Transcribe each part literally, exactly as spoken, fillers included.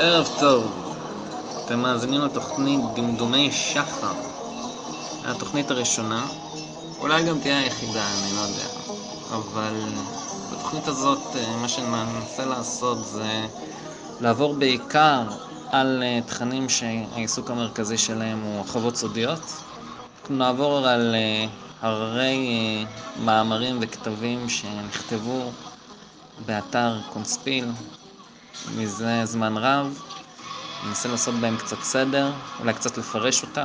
ערב טוב, אתם מאזינים לתוכנית דמדומי שחר. התוכנית הראשונה, אולי גם תהיה היחידה, אני לא יודע. אבל בתוכנית הזאת מה שננסה לעשות זה לעבור בעיקר על תכנים שהעיסוק המרכזי שלהם הוא חוות סודיות. נעבור על הררי מאמרים וכתבים שנכתבו באתר קונספיל מזה זמן רב. ננסה לעשות בהם קצת סדר, אולי קצת לפרש אותם.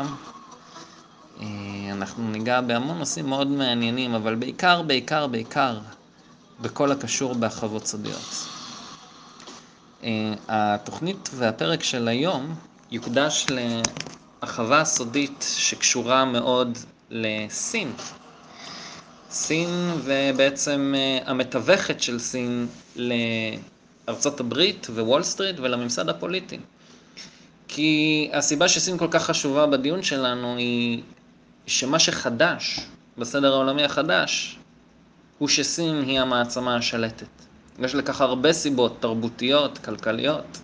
אנחנו ניגע בהמון נושאים מאוד מעניינים, אבל בעיקר, בעיקר, בעיקר בכל הקשור בהחוות סודיות. התוכנית והפרק של היום יוקדש להחווה סודית שקשורה מאוד לסין. סין ובעצם המתווכת של סין לארצות הברית ווול סטריט ולממסד הפוליטי. כי הסיבה שסין כל כך חשובה בדיון שלנו היא שמה שחדש בסדר העולמי החדש הוא שסין היא המעצמה השלטת. יש לכך הרבה סיבות תרבותיות, כלכליות.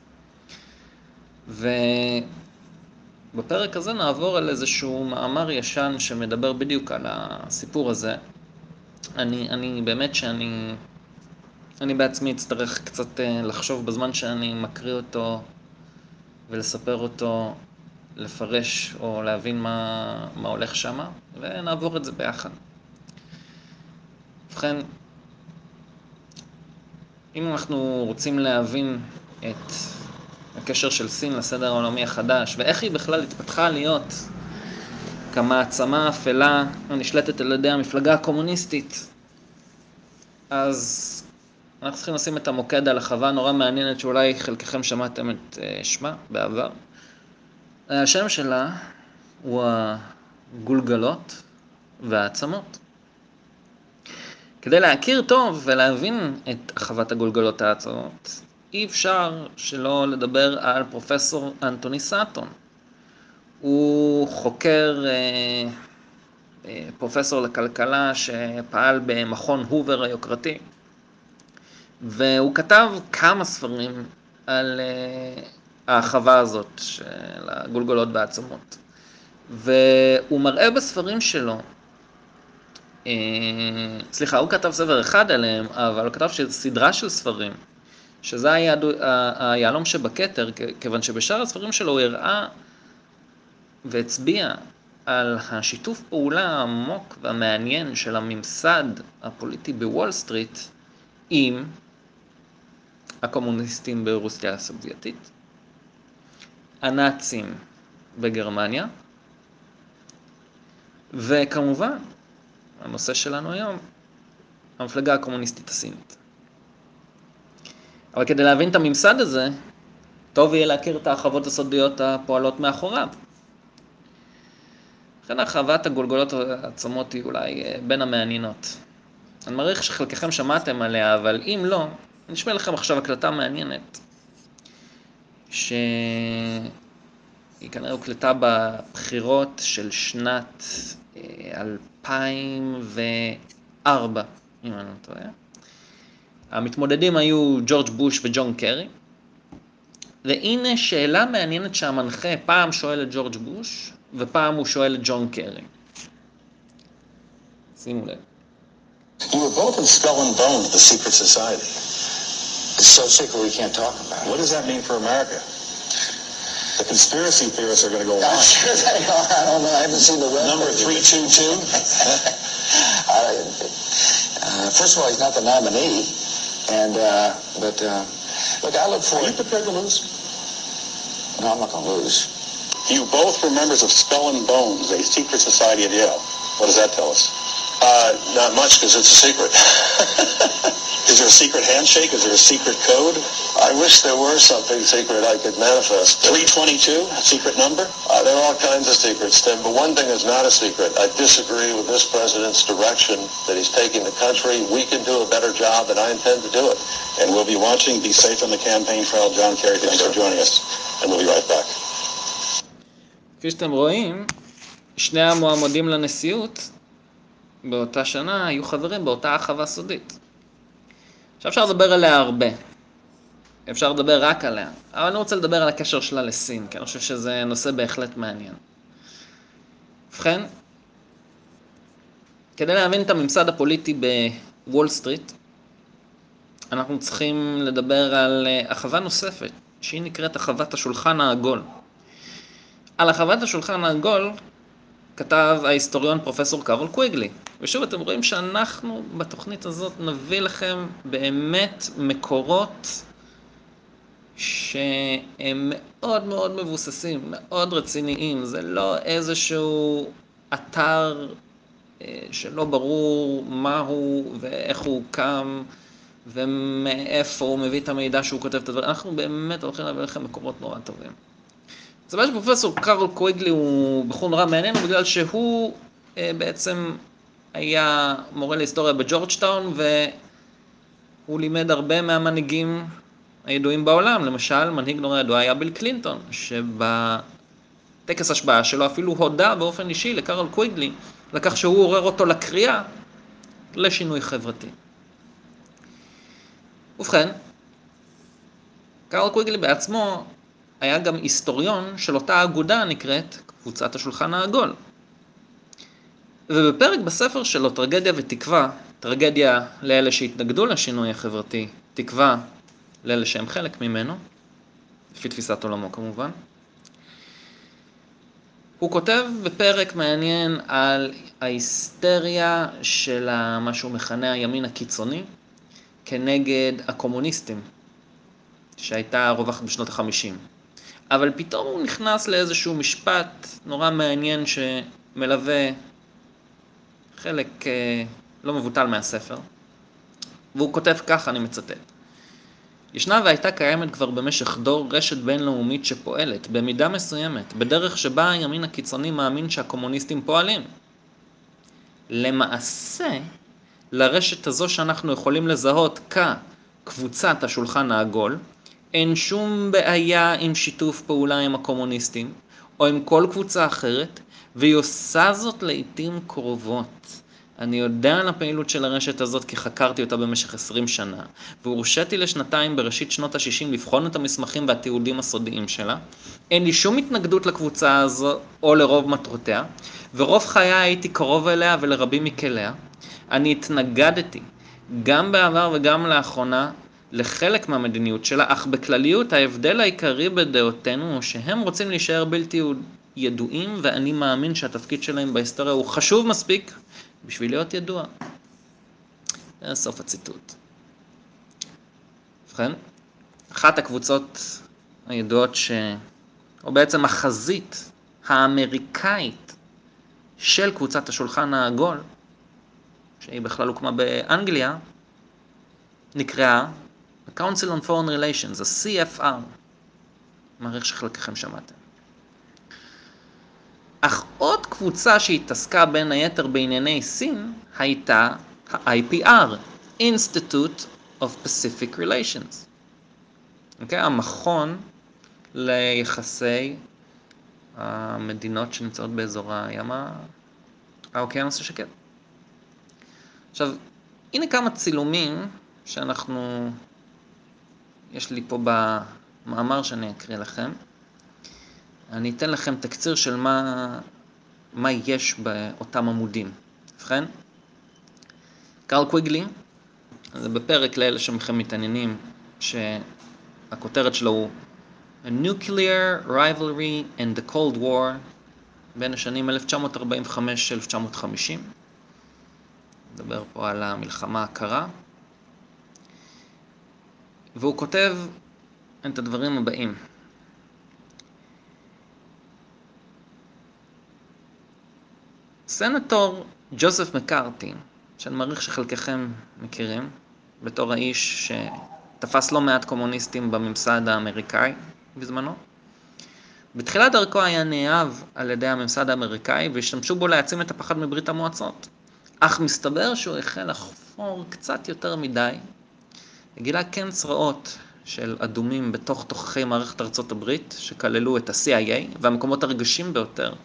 ובפרק הזה נעבור על איזשהו מאמר ישן שמדבר בדיוק על הסיפור הזה. אני, אני באמת שאני אני בעצמי אצטרך קצת לחשוב בזמן שאני מקריא אותו ולספר אותו, לפרש או להבין מה, מה הולך שם, ונעבור את זה ביחד. ובכן, אם אנחנו רוצים להבין את הקשר של סין לסדר העולמי החדש, ואיך היא בכלל התפתחה להיות כמעצמה אפלה הנשלטת על ידי המפלגה הקומוניסטית, אז אנחנו צריכים לשים את המוקד על החווה נורא מעניינת שאולי חלקכם שמעתם את שמה בעבר. השם שלה הוא הגולגלות והעצמות. כדי להכיר טוב ולהבין את חוות הגולגלות העצמות, אי אפשר שלא לדבר על פרופסור אנטוני סאטון. הוא חוקר, פרופסור לכלכלה שפעל במכון הובר היוקרתי, והוא כתב כמה ספרים על החווה הזאת של הגולגלות והעצמות. והוא מראה בספרים שלו, סליחה, הוא כתב ספר אחד עליהם, אבל הוא כתב סדרה של ספרים, שזה היה היהלום שבכתר, כיוון שבשאר הספרים שלו הוא הראה והצביע על השיתוף פעולה העמוק והמעניין של הממסד הפוליטי בוול סטריט עם הקומוניסטים ברוסיה הסובייטית, הנאצים בגרמניה, וכמובן, הנושא שלנו היום, המפלגה הקומוניסטית הסינית. אבל כדי להבין את הממסד הזה, טוב יהיה להכיר את החוות הסודיות הפועלות מאחוריו. לכן החוות הגולגלות העצמות היא אולי בין המעניינות. אני מעריך שחלקכם שמעתם עליה, אבל אם לא, אני אשמע לכם עכשיו הקלטה מעניינת, שהיא כנראה הוקלטה בבחירות של שנת אלפיים וארבע, אם אני לא טועה. המתמודדים היו ג'ורג' בוש וג'ון קרי. והנה שאלה מעניינת שהמנחה פעם שואל את ג'ורג' בוש, ופעם הוא שואל את ג'ון קרי. שימו לב. You were both in Skull and Bones, the secret society. It's so secret we can't talk about it. What does that mean for America? The conspiracy theorists are going to go on. I'm sure they are. I don't know. I haven't seen the web. Number three two two. I, uh, first of all, he's not the nominee, and uh, but uh, look, I look for. Are you prepared to lose? No, I'm not going to lose. You both were members of Skull and Bones, a secret society at Yale. What does that tell us? Uh, not much, because it's a secret. Is there a secret handshake? Is there a secret code? I wish there were something secret I could manifest. three twenty-two, secret number? Uh, there are all kinds of secrets, Tim, but one thing is not a secret. I disagree with this president's direction that he's taking the country. We can do a better job, and I intend to do it. And we'll be watching. Be safe on the campaign trail. John Kerry, thanks for joining us. And we'll be right back. כפי שאתם רואים, שני המועמדים לנשיאות באותה שנה היו חברים באותה החווה סודית. עכשיו אפשר לדבר עליה הרבה. אפשר לדבר רק עליה, אבל אני רוצה לדבר על הקשר שלה לסין, כי אני חושב שזה נושא בהחלט מעניין. ובכן, כדי להבין את הממסד הפוליטי בוול סטריט, אנחנו צריכים לדבר על החווה נוספת, שהיא נקראת החוות השולחן העגול. על החוות השולחן העגול כתב ההיסטוריון פרופסור קארול קוויגלי. ושוב, אתם רואים שאנחנו בתוכנית הזאת נביא לכם באמת מקורות שהם מאוד מאוד מבוססים, מאוד רציניים. זה לא איזשהו אתר שלא ברור מהו ואיך הוא קם ומאיפה הוא מביא את המידע שהוא כותב את הדברים. אנחנו באמת הולכים להביא לכם מקורות נורא טובים. הסיבה שפרופסור קארול קוויגלי הוא בחור נורא מעניין, בגלל שהוא אה, בעצם היה מורה להיסטוריה בג'ורג'טאון, והוא לימד הרבה מהמנהיגים הידועים בעולם. למשל, מנהיג נורא ידוע היה ביל קלינטון, שבטקס השבעה שלו אפילו הודה באופן אישי לקארול קוויגלי, לכך שהוא עורר אותו לקריאה לשינוי חברתי. ובכן, קארול קוויגלי בעצמו היה גם היסטוריון של אותה אגודה נקראת קבוצת השולחן העגול. ובפרק בספר שלו, טרגדיה ותקווה, טרגדיה לאלה שהתנגדו לשינוי החברתי, תקווה לאלה שהם חלק ממנו, לפי תפיסת עולמו כמובן, הוא כותב בפרק מעניין על ההיסטריה של מה שהוא מכנה הימין הקיצוני, כנגד הקומוניסטים, שהייתה רווחת בשנות ה-חמישים. אבל פתאום הוא נכנס לאיזשהו משפט נורא מעניין שמלווה חלק אה, לא מבוטל מהספר, והוא כותב כך, אני מצטט: ישנה והייתה קיימת כבר במשך דור רשת בינלאומית שפועלת במידה מסוימת בדרך שבה הימין הקיצוני מאמין שהקומוניסטים פועלים. למעשה, לרשת הזו שאנחנו יכולים לזהות כקבוצת השולחן העגול, אין שום בעיה עם שיתוף פעולה עם הקומוניסטים, או עם כל קבוצה אחרת, והיא עושה זאת לעתים קרובות. אני יודע על הפעילות של הרשת הזאת כי חקרתי אותה במשך עשרים שנה, והורשיתי לשנתיים בראשית שנות ה-שישים לבחון את המסמכים והתיעודים הסודיים שלה. אין לי שום התנגדות לקבוצה הזו או לרוב מטרותיה, ורוב חיי הייתי קרוב אליה ולרבים מכליה. אני התנגדתי גם בעבר וגם לאחרונה לחלק מהמדיניות שלה, אך בכלליות ההבדל העיקרי בדעותינו הוא שהם רוצים להישאר בלתי ידועים, ואני מאמין שהתפקיד שלהם בהיסטוריה הוא חשוב מספיק בשביל להיות ידוע. זה סוף הציטוט. ובכן, אחת הקבוצות הידועות ש... או בעצם החזית האמריקאית של קבוצת השולחן העגול, שהיא בכלל הוקמה באנגליה, נקראה ה-Council on Foreign Relations, ה-סי אף אר. מעריך שחלקכם שמעתם. אך עוד קבוצה שהתעסקה בין היתר בענייני סין הייתה ה-איי פי אר, Institute of Pacific Relations. אוקיי? המכון ליחסי המדינות שנמצאות באזור הים האוקיינוס השקט. עכשיו, הנה כמה צילומים שאנחנו, יש לי פה במאמר שאני אקריא לכם. אני אתן לכם תקציר של מה, מה יש באותם עמודים. ובכן, קארל קוויגלי, זה בפרק לאלה שמכם מתעניינים, שהכותרת שלו הוא A Nuclear Rivalry and the Cold War בין השנים אלף תשע מאות ארבעים וחמש עד אלף תשע מאות חמישים. נדבר פה על המלחמה הקרה. והוא כותב את הדברים הבאים. סנטור ג'וזף מקארתי, שאני מעריך שחלקכם מכירים, בתור האיש שתפס לא מעט קומוניסטים בממסד האמריקאי בזמנו, בתחילת דרכו היה נאהב על ידי הממסד האמריקאי, והשתמשו בו להעצים את הפחד מברית המועצות. אך מסתבר שהוא החל לחפור קצת יותר מדי, וגילה כן צרעות של אדומים בתוך תוככי מערכת ארצות הברית, שכללו את ה-סי איי איי והמקומות הרגישים ביותר.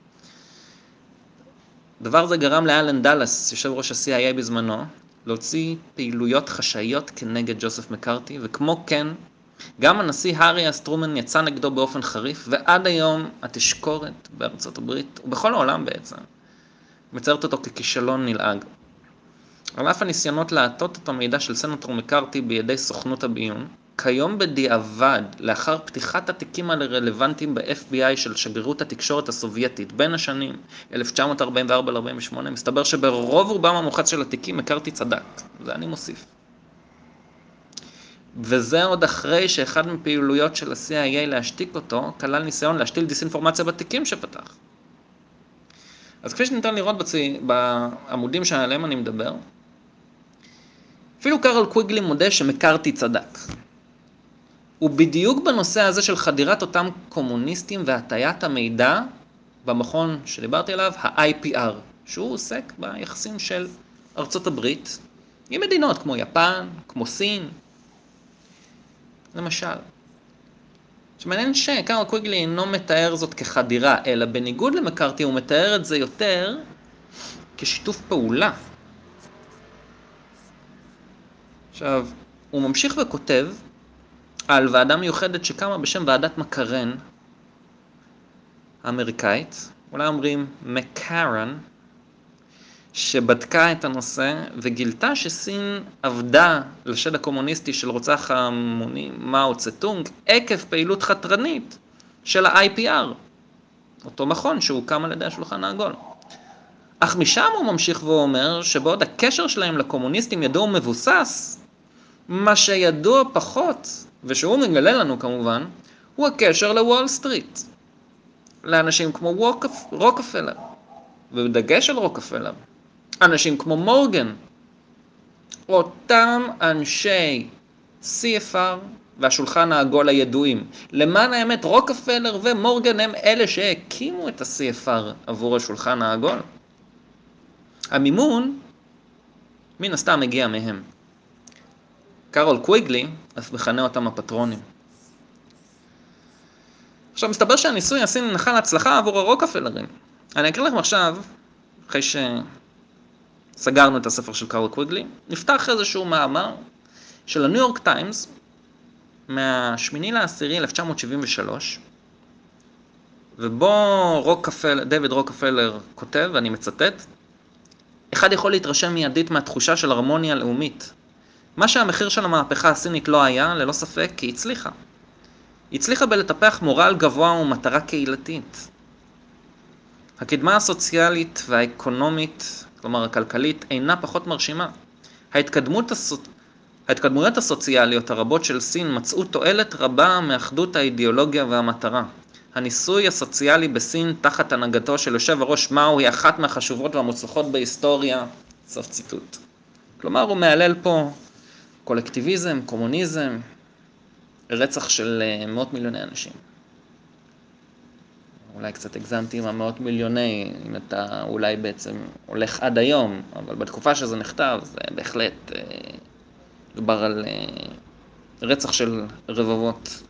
דבר זה גרם לאלן דאלס, יושב ראש ה-סי איי איי בזמנו, להוציא פעילויות חשאיות כנגד ג'וזף מקארתי, וכמו כן גם הנשיא הארי אסטרומן יצא נגדו באופן חריף, ועד היום התשקורת בארצות הברית, ובכל העולם בעצם, מציירת אותו ככישלון נלעג. על אף הניסיונות להטות את המידע של סנטור מקארתי בידי סוכנות הביון, כיום בדיעבד, לאחר פתיחת התיקים הרלוונטיים ב-אף בי איי של שגרירות התקשורת הסובייטית בין השנים אלף תשע מאות ארבעים וארבע ל-ארבעים ושמונה, מסתבר שברוב רובם המוחץ של התיקים מקארתי צדק. זה אני מוסיף. וזה עוד אחרי שאחד מפעילויות של ה-סי איי איי להשתיק אותו, כלל ניסיון להשתיל דיסאינפורמציה בתיקים שפתח. אז כפי שניתן לראות בצי, בעמודים שעליהם אני מדבר, אפילו קארל קוויגלי מודה שמקארתי צדק. ובדיוק בנושא הזה של חדירת אותם קומוניסטים והטיית המידע, במכון שדיברתי עליו, ה-איי פי אר, שהוא עוסק ביחסים של ארצות הברית, עם מדינות כמו יפן, כמו סין, למשל. שמעניין שקארל קוויגלי אינו מתאר זאת כחדירה, אלא בניגוד למקארתי הוא מתאר את זה יותר כשיתוף פעולה. עכשיו, הוא ממשיך וכותב על ועדה מיוחדת שקמה בשם ועדת מקרן האמריקאית, אולי אומרים מקרן, שבדקה את הנושא וגילתה שסין עבדה לשד הקומוניסטי של רוצח ההמוני מאו צטונג עקב פעילות חתרנית של ה-איי פי אר, אותו מכון שהוקם על ידי השולחן העגול. אך משם הוא ממשיך ואומר שבעוד הקשר שלהם לקומוניסטים ידוע ומבוסס, מה שידוע פחות, ושהוא מגלה לנו כמובן, הוא הקשר לוול סטריט. לאנשים כמו ווקף, רוקפלר, ובדגש על רוקפלר. אנשים כמו מורגן, אותם אנשי סי אף אר והשולחן העגול הידועים. למען האמת, רוקפלר ומורגן הם אלה שהקימו את ה-סי אף אר עבור השולחן העגול. המימון, מן הסתם מגיע מהם. קארל קוויגלי אף מכנה אותם הפטרונים. עכשיו, מסתבר שהניסוי הסיני נחל הצלחה עבור הרוקפלרים. אני אקריא לכם עכשיו, אחרי שסגרנו את הספר של קארל קוויגלי, נפתח איזשהו מאמר של הניו יורק טיימס, מה-שמיני לעשירי אלף תשע מאות שבעים ושלוש, ובו רוקפל, דיוויד רוקפלר כותב, ואני מצטט, אחד יכול להתרשם מיידית מהתחושה של הרמוניה לאומית. מה שהמחיר של המהפכה הסינית לא היה, ללא ספק, כי הצליחה. היא הצליחה בלטפח מורל גבוה ומטרה קהילתית. הקדמה הסוציאלית והאקונומית, כלומר הכלכלית, אינה פחות מרשימה. ההתקדמות הסו... ההתקדמויות הסוציאליות הרבות של סין מצאו תועלת רבה מאחדות האידיאולוגיה והמטרה. הניסוי הסוציאלי בסין תחת הנהגתו של יושב הראש מאו היא אחת מהחשובות והמוצלחות בהיסטוריה. סוף ציטוט. כלומר הוא מעלל פה קולקטיביזם, קומוניזם, רצח של מאות מיליוני אנשים. אולי קצת הגזמתי עם המאות מיליוני, אם אתה אולי בעצם הולך עד היום, אבל בתקופה שזה נכתב, זה בהחלט דובר על רצח של רבבות.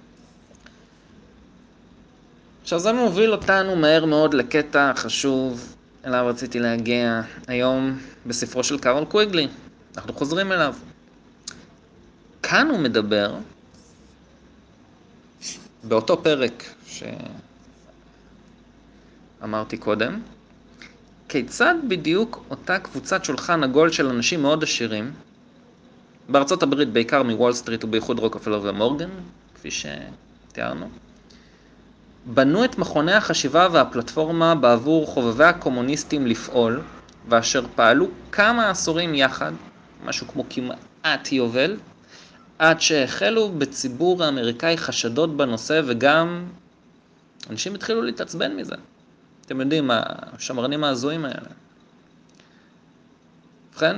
עכשיו זה מוביל אותנו מהר מאוד לקטע חשוב, אליו רציתי להגיע היום בספרו של קארל קוויגלי. אנחנו חוזרים אליו. כאן הוא מדבר, באותו פרק שאמרתי קודם, כיצד בדיוק אותה קבוצת שולחן עגול של אנשים מאוד עשירים, בארצות הברית בעיקר מוול סטריט ובייחוד רוקפלר ומורגן, כפי שתיארנו, בנו את מכוני החשיבה והפלטפורמה בעבור חובבי הקומוניסטים לפעול, ואשר פעלו כמה עשורים יחד, משהו כמו כמעט יובל, עד שהחלו בציבור האמריקאי חשדות בנושא, וגם אנשים התחילו להתעצבן מזה. אתם יודעים, השמרנים ההזויים האלה. ובכן,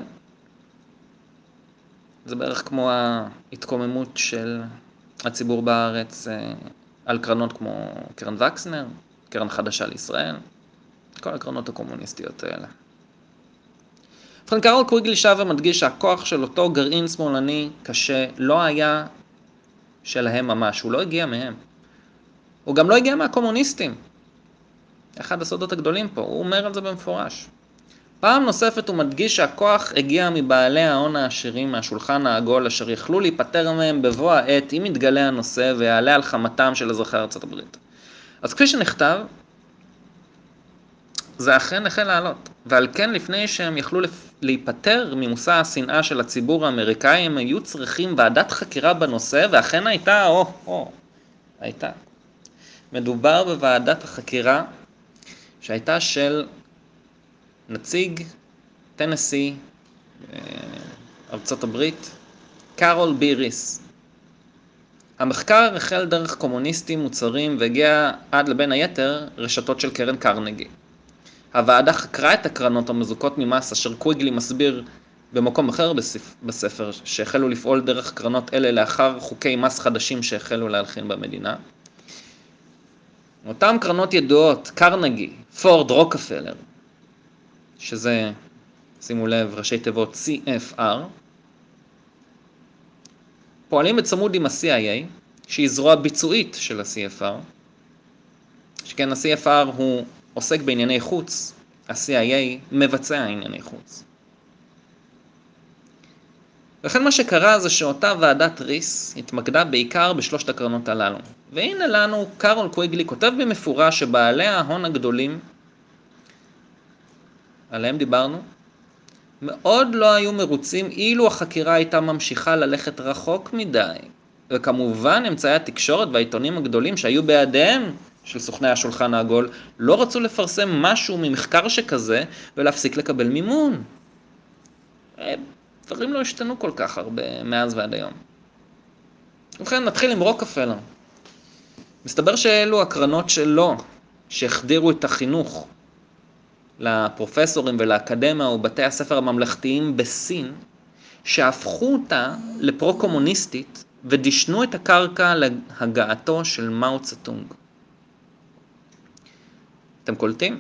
זה בערך כמו ההתקוממות של הציבור בארץ על קרנות כמו קרן וקסנר, קרן חדשה לישראל, כל הקרנות הקומוניסטיות האלה. ובכן, קארל קוויגלי שב ומדגיש שהכוח של אותו גרעין שמאלני קשה לא היה שלהם ממש, הוא לא הגיע מהם. הוא גם לא הגיע מהקומוניסטים. אחד הסודות הגדולים פה, הוא אומר על זה במפורש. פעם נוספת הוא מדגיש שהכוח הגיע מבעלי ההון העשירים מהשולחן העגול, אשר יכלו להיפטר מהם בבוא העת אם יתגלה הנושא ויעלה על חמתם של אזרחי ארצות הברית. אז כפי שנכתב, זה אכן החל לעלות, ועל כן לפני שהם יכלו להיפטר ממושא השנאה של הציבור האמריקאי, הם היו צריכים ועדת חקירה בנושא, ואכן הייתה, או, או, הייתה. מדובר בוועדת החקירה שהייתה של נציג טנסי, ארצות הברית, קארול בי ריס. המחקר החל דרך קומוניסטים מוצרים והגיע עד לבין היתר רשתות של קרן קרנגי. הוועדה חקרה את הקרנות המזוקות ממס, אשר קוויגלי מסביר במקום אחר בספר, שהחלו לפעול דרך קרנות אלה לאחר חוקי מס חדשים שהחלו להלחין במדינה. אותם קרנות ידועות, קרנגי, פורד, רוקפלר, שזה, שימו לב, ראשי תיבות סי אף אר, פועלים בצמוד עם ה-סי איי איי, שהיא זרוע ביצועית של ה-סי אף אר, שכן ה-סי אף אר הוא עוסק בענייני חוץ, ה-סי איי איי מבצע ענייני חוץ. לכן מה שקרה זה שאותה ועדת ריס התמקדה בעיקר בשלושת הקרנות הללו. והנה לנו, קארול קוויגלי כותב במפורש שבעלי ההון הגדולים, עליהם דיברנו, מאוד לא היו מרוצים אילו החקירה הייתה ממשיכה ללכת רחוק מדי. וכמובן אמצעי התקשורת והעיתונים הגדולים שהיו בידיהם של סוכני השולחן העגול לא רצו לפרסם משהו ממחקר שכזה ולהפסיק לקבל מימון. דברים לא השתנו כל כך הרבה מאז ועד היום. ובכן, נתחיל עם רוקפלר. מסתבר שאלו הקרנות שלו שהחדירו את החינוך לפרופסורים ולאקדמיה ובתי הספר הממלכתיים בסין, שהפכו אותה לפרו-קומוניסטית ודישנו את הקרקע להגעתו של מאו צטונג. אתם קולטים?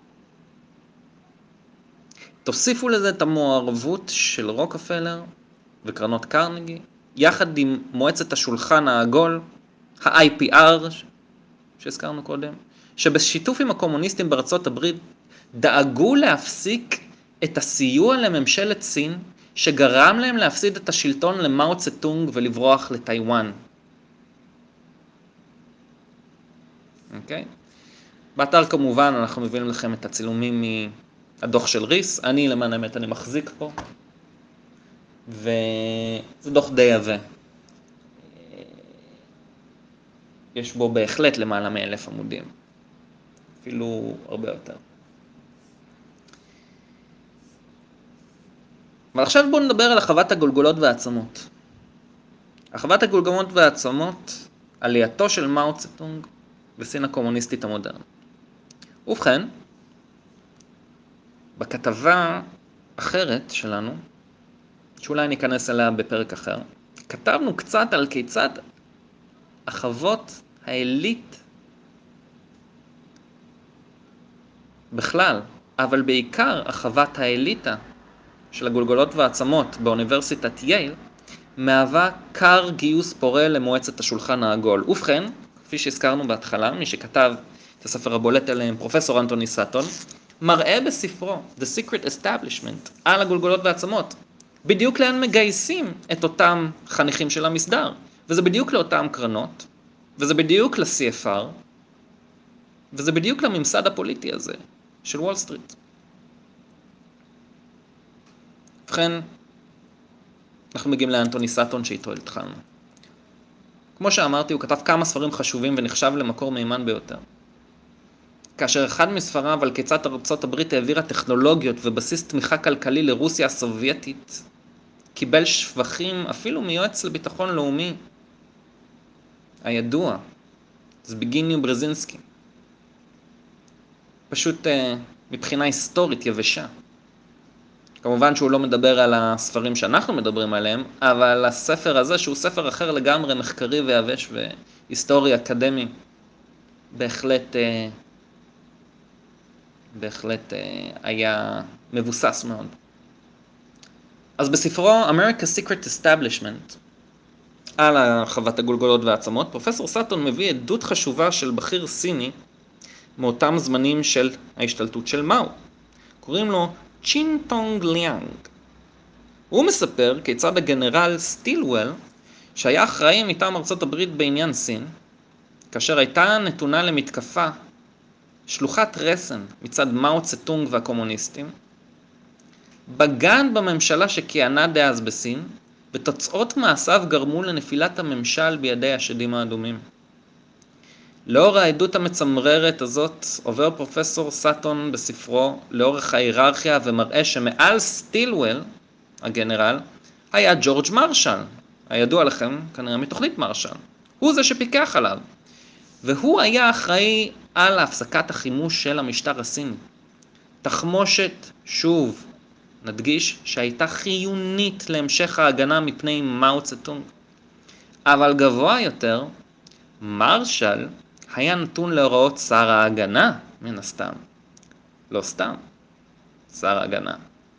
תוסיפו לזה את המעורבות של רוקפלר וקרנות קרנגי, יחד עם מועצת השולחן העגול, ה-איי פי אר, שהזכרנו קודם, שבשיתוף עם הקומוניסטים בארצות הברית, דאגו להפסיק את הסיוע לממשלת סין, שגרם להם להפסיד את השלטון למאו צטונג ולברוח לטיואן. אוקיי? באתר כמובן אנחנו מביאים לכם את הצילומים מהדוח של ריס, אני למען האמת אני מחזיק פה, וזה דוח די עבה. יש בו בהחלט למעלה מאלף עמודים, אפילו הרבה יותר. אבל עכשיו בואו נדבר על החוות הגולגולות והעצמות. החוות הגולגולות והעצמות, עלייתו של מאו צטונג בסין הקומוניסטית המודרנית. ובכן, בכתבה אחרת שלנו, שאולי ניכנס אליה בפרק אחר, כתבנו קצת על כיצד החוות העילית בכלל, אבל בעיקר החוות העיליתה של הגולגולות והעצמות באוניברסיטת יייל, מהווה קר גיוס פורה למועצת השולחן העגול. ובכן, כפי שהזכרנו בהתחלה, מי שכתב את הספר הבולט עליהם, פרופסור אנטוני סאטון, מראה בספרו The Secret Establishment על הגולגולות והעצמות, בדיוק לאן מגייסים את אותם חניכים של המסדר. וזה בדיוק לאותם קרנות, וזה בדיוק ל-סי אף אר, וזה בדיוק לממסד הפוליטי הזה של וול סטריט. ובכן, אנחנו מגיעים לאנטוני סאטון שאיתו התחלנו. כמו שאמרתי, הוא כתב כמה ספרים חשובים ונחשב למקור מימן ביותר. כאשר אחד מספריו על כיצד ארצות הברית העבירה טכנולוגיות ובסיס תמיכה כלכלי לרוסיה הסובייטית, קיבל שבחים אפילו מיועץ לביטחון לאומי הידוע, זביגיניו ברזינסקי. פשוט מבחינה היסטורית יבשה. כמובן שהוא לא מדבר על הספרים שאנחנו מדברים עליהם, אבל הספר הזה, שהוא ספר אחר לגמרי, מחקרי ויבש והיסטורי אקדמי, בהחלט, בהחלט היה מבוסס מאוד. אז בספרו America's Secret Establishment, על הרחבת הגולגולות והעצמות, פרופסור סאטון מביא עדות חשובה של בכיר סיני מאותם זמנים של ההשתלטות של מאו. קוראים לו צ'ין טונג ליאנג. הוא מספר כיצד הגנרל סטילוול, שהיה אחראי מטעם ארצות הברית בעניין סין, כאשר הייתה נתונה למתקפה שלוחת רסן מצד מאו צטונג והקומוניסטים, בגד בממשלה שכיהנה דאז בסין, ותוצאות מעשיו גרמו לנפילת הממשל בידי השדים האדומים. לאור העדות המצמררת הזאת, עובר פרופסור סאטון בספרו לאורך ההיררכיה ומראה שמעל סטילוול, הגנרל, היה ג'ורג' מרשל, הידוע לכם כנראה מתוכנית מרשל. הוא זה שפיקח עליו, והוא היה אחראי על הפסקת החימוש של המשטר הסיני. תחמושת, שוב, נדגיש שהייתה חיונית להמשך ההגנה מפני מאו צטונג. אבל גבוה יותר, מרשל היה נתון להוראות שר ההגנה, מן הסתם. לא סתם, שר ההגנה.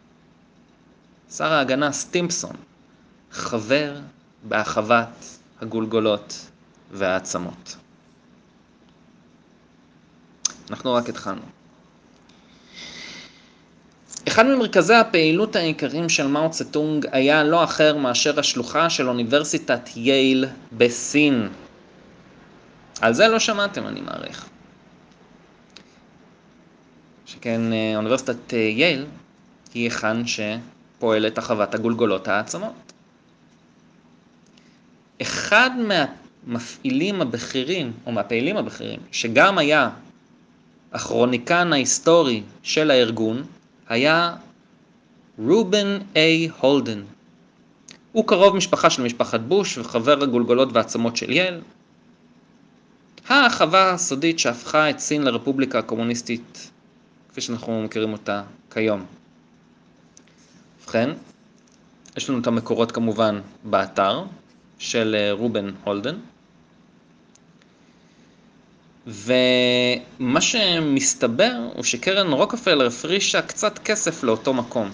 שר ההגנה סטימפסון, חבר בהחוות הגולגולות והעצמות. אנחנו רק התחלנו. אחד ממרכזי הפעילות העיקריים של מאו צטונג היה לא אחר מאשר השלוחה של אוניברסיטת יייל בסין. על זה לא שמעתם, אני מעריך. שכן אוניברסיטת יייל היא היכן שפועלת החוות הגולגולות העצמות. אחד מהמפעילים הבכירים, או מהפעילים הבכירים, שגם היה הכרוניקן ההיסטורי של הארגון, היה רובן איי הולדן. הוא קרוב משפחה של משפחת בוש וחבר הגולגולות והעצמות של יייל. החווה הסודית שהפכה את סין לרפובליקה הקומוניסטית, כפי שאנחנו מכירים אותה כיום. ובכן, יש לנו את המקורות כמובן באתר של רובן הולדן. ומה שמסתבר הוא שקרן רוקפלר הפרישה קצת כסף לאותו מקום.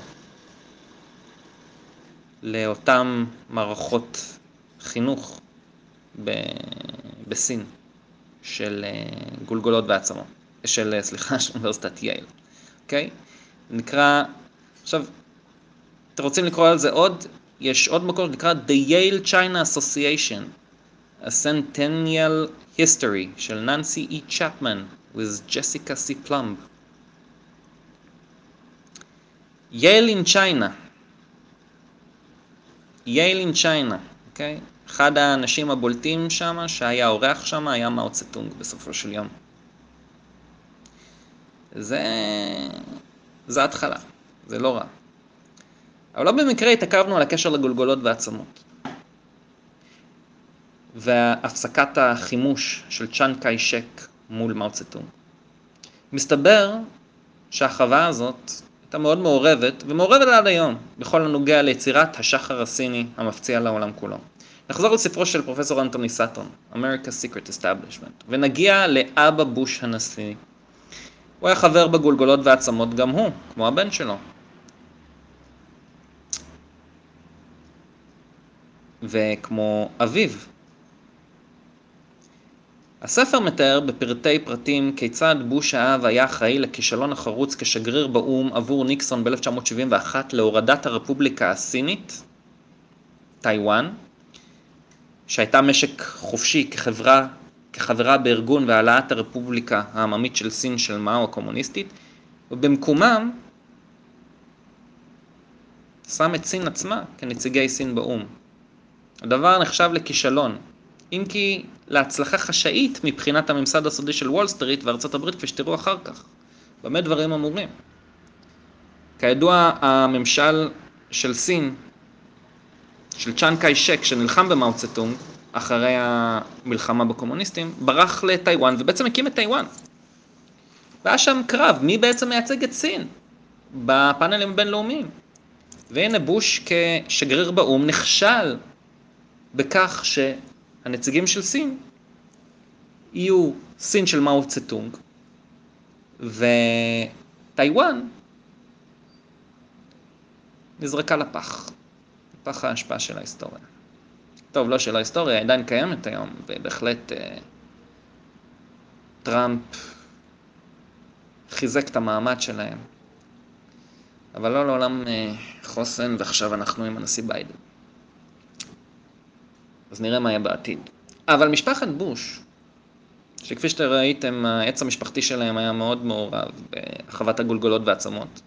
לאותם מערכות חינוך ב... בסין של גולגולות ועצמות. של, סליחה, של אוניברסיטת יייל. אוקיי? נקרא, עכשיו, אתם רוצים לקרוא על זה עוד? יש עוד מקור שנקרא The Yale China Association, A Centennial History של ננסי אי צ'פמן with Jessica C. Plumb. Yale in China. Yale in China, אוקיי? אחד האנשים הבולטים שם, שהיה אורח שם, היה מאו צטונג בסופו של יום. זה... זה התחלה, זה לא רע. אבל לא במקרה התעכבנו על הקשר לגולגולות ועצמות. והפסקת החימוש של צ'אנג קאי שק מול מאו צטונג. מסתבר שהחווה הזאת הייתה מאוד מעורבת, ומעורבת עד היום, בכל הנוגע ליצירת השחר הסיני המפציע לעולם כולו. נחזור לספרו של פרופסור אנטוני סאטון, America's Secret Establishment, ונגיע לאבא בוש הנשיא. הוא היה חבר בגולגולות ועצמות גם הוא, כמו הבן שלו. וכמו אביו. הספר מתאר בפרטי פרטים כיצד בוש האב היה אחראי לכישלון החרוץ כשגריר באום עבור ניקסון ב-אלף תשע מאות שבעים ואחת להורדת הרפובליקה הסינית, טיואן, שהייתה משק חופשי כחברה, כחברה בארגון והעלאת הרפובליקה העממית של סין של מאו הקומוניסטית, ובמקומם שם את סין עצמה כנציגי סין באום. הדבר נחשב לכישלון, אם כי להצלחה חשאית מבחינת הממסד הסודי של וול סטריט וארצות הברית, כפי שתראו אחר כך. במה דברים אמורים? כידוע, הממשל של סין, של צ'אנג קאי שק, שנלחם במאו צטונג, אחרי המלחמה בקומוניסטים, ברח לטיואן ובעצם הקים את טיואן. והיה שם קרב, מי בעצם מייצג את סין בפאנלים הבינלאומיים? והנה בוש כשגריר באום נכשל בכך שהנציגים של סין יהיו סין של מאו צטונג, וטיואן נזרקה לפח, לפח ההשפעה של ההיסטוריה. טוב, לא של ההיסטוריה, עדיין קיימת היום, ובהחלט אה, טראמפ חיזק את המעמד שלהם. אבל לא לעולם חוסן, ועכשיו אנחנו עם הנשיא ביידן. אז נראה מה יהיה בעתיד. אבל משפחת בוש, שכפי שאתם ראיתם, העץ המשפחתי שלהם היה מאוד מעורב בהרחבת הגולגולות והעצמות.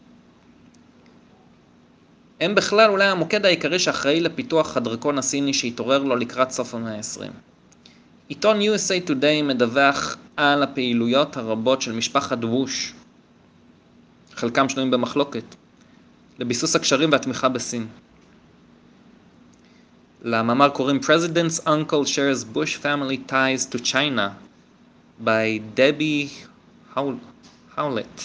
הם בכלל אולי המוקד העיקרי שאחראי לפיתוח הדרקון הסיני שהתעורר לו לקראת סוף המאה ה-עשרים. עיתון יו אס איי Today מדווח על הפעילויות הרבות של משפחת בוש, חלקם שנויים במחלוקת, לביסוס הקשרים והתמיכה בסין. למאמר קוראים President's Uncle Shares Bush Family Ties to China by Debbie Howlett.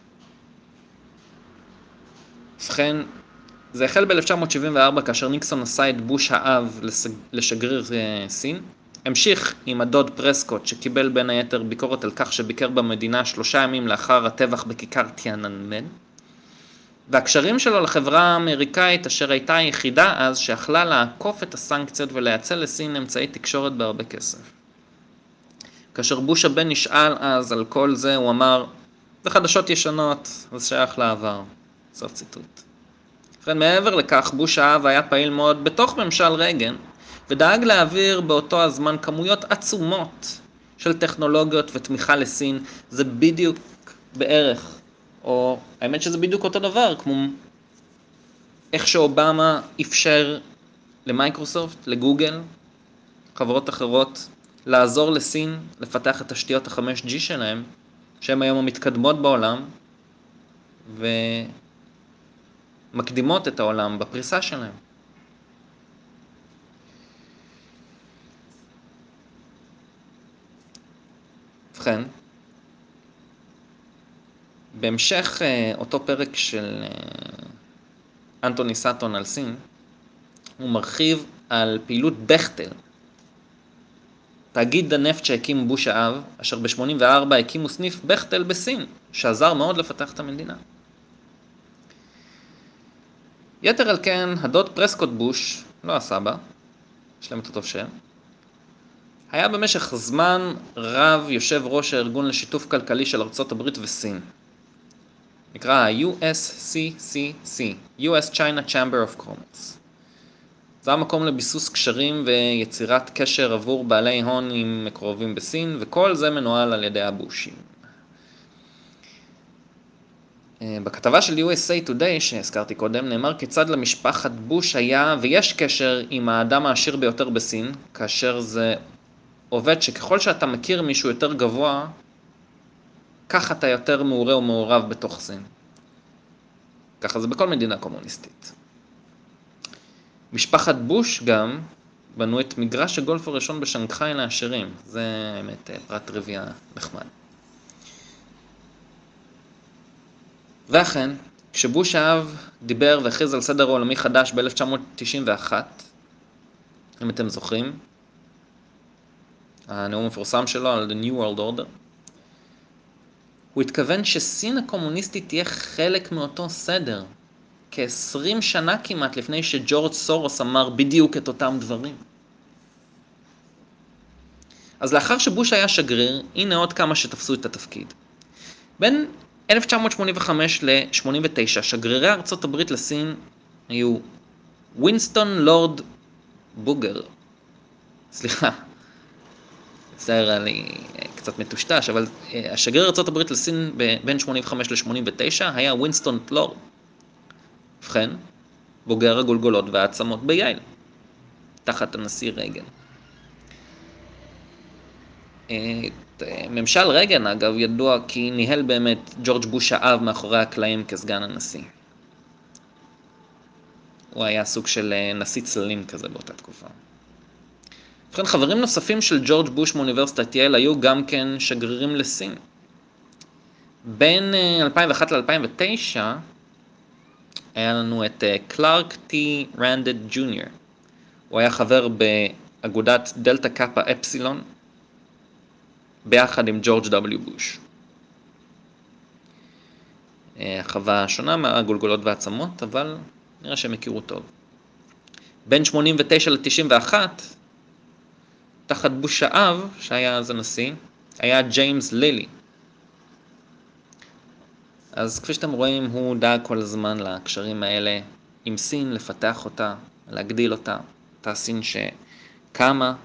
ובכן, זה החל ב-אלף תשע מאות שבעים וארבע כאשר ניקסון עשה את בוש האב לשגריר סין. המשיך עם הדוד פרסקוט שקיבל בין היתר ביקורת על כך שביקר במדינה שלושה ימים לאחר הטבח בכיכר טיאננמן. והקשרים שלו לחברה האמריקאית אשר הייתה היחידה אז שיכלה לעקוף את הסנקציות ולייצא לסין אמצעי תקשורת בהרבה כסף. כאשר בוש הבן נשאל אז על כל זה, הוא אמר, זה חדשות ישנות, זה שייך לעבר. סוף ציטוט. ובכן, מעבר לכך, בוש האב היה פעיל מאוד בתוך ממשל רייגן, ודאג להעביר באותו הזמן כמויות עצומות של טכנולוגיות ותמיכה לסין. זה בדיוק בערך, או האמת שזה בדיוק אותו דבר, כמו איך שאובמה אפשר למייקרוסופט, לגוגל, חברות אחרות, לעזור לסין לפתח את תשתיות ה-חמש ג'י שלהם, שהן היום המתקדמות בעולם, ומקדימות את העולם בפריסה שלהם. ובכן, בהמשך אותו פרק של אנטוני סאטון על סין, הוא מרחיב על פעילות בכטל, תאגיד הנפט שהקים בוש האב, אשר ב-שמונים וארבע הקימו סניף בכטל בסין, שעזר מאוד לפתח את המדינה. יתר על כן, הדוד פרסקוט בוש, לא הסבא, יש להם את אותו שם, היה במשך זמן רב יושב ראש הארגון לשיתוף כלכלי של ארצות הברית וסין. נקרא ה-יו אס סי סי סי, יו אס China Chamber of Commerce. זה המקום לביסוס קשרים ויצירת קשר עבור בעלי הון עם מקורבים בסין, וכל זה מנוהל על ידי הבושים. בכתבה של יו אס איי Today שהזכרתי קודם, נאמר כיצד למשפחת בוש היה ויש קשר עם האדם העשיר ביותר בסין, כאשר זה עובד שככל שאתה מכיר מישהו יותר גבוה, כך אתה יותר מעורה ומעורב בתוך סין. ככה זה בכל מדינה קומוניסטית. משפחת בוש גם בנו את מגרש הגולף הראשון בשנגחאי לעשירים. זה האמת פרט טריוויה נחמד. ואכן, כשבוש האב דיבר והכריז על סדר עולמי חדש ב-אלף תשע מאות תשעים ואחת, אם אתם זוכרים, הנאום המפורסם שלו על The New World Order, הוא התכוון שסין הקומוניסטית תהיה חלק מאותו סדר, כ-עשרים שנה כמעט לפני שג'ורג' סורוס אמר בדיוק את אותם דברים. אז לאחר שבוש היה שגריר, הנה עוד כמה שתפסו את התפקיד. בין אלף תשע מאות שמונים וחמש ל-שמונים ותשע, שגרירי ארצות הברית לסין היו ווינסטון לורד בוגר. סליחה, זה היה לי קצת מטושטש, אבל השגריר ארצות הברית לסין בין שמונים וחמש ל-שמונים ותשע היה ווינסטון לורד. ובכן, בוגר הגולגולות והעצמות בייל, תחת הנשיא רייגן. ממשל רייגן, אגב, ידוע כי ניהל באמת ג'ורג' בוש האב מאחורי הקלעים כסגן הנשיא. הוא היה סוג של נשיא צללים כזה באותה תקופה. ובכן, חברים נוספים של ג'ורג' בוש מאוניברסיטת ייל היו גם כן שגרירים לסין. בין אלפיים ואחת ל-אלפיים ותשע היה לנו את קלארק טי רנדד ג'וניור. הוא היה חבר באגודת דלטה קאפה אפסילון, ביחד עם ג'ורג' דאבליו בוש. חווה שונה מהגולגולות והעצמות, אבל נראה שהם הכירו טוב. בין שמונים ותשע ל-תשעים ואחת, תחת בוש האב, שהיה אז הנשיא, היה ג'יימס לילי. אז כפי שאתם רואים, הוא דאג כל הזמן לקשרים האלה עם סין, לפתח אותה, להגדיל אותה. אותה סין שקמה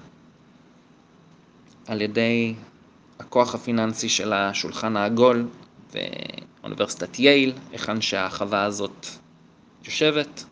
על ידי הכוח הפיננסי של השולחן העגול ואוניברסיטת יייל, היכן שהחווה הזאת יושבת.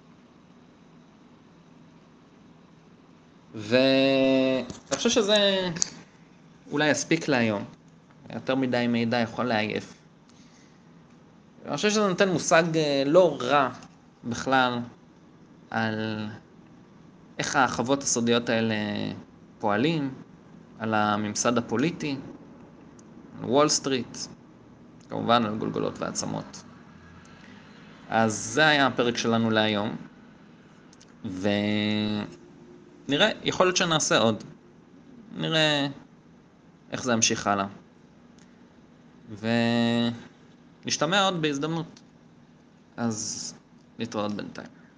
ואני חושב שזה אולי יספיק להיום. יותר מדי מידע יכול לעייף. אני חושב שזה נותן מושג לא רע בכלל על איך החוות הסודיות האלה פועלים, על הממסד הפוליטי, על וול סטריט, כמובן על גולגולות ועצמות. אז זה היה הפרק שלנו להיום, ונראה, יכול להיות שנעשה עוד. נראה איך זה ימשיך הלאה. ונשתמע עוד בהזדמנות. אז נתראות בינתיים.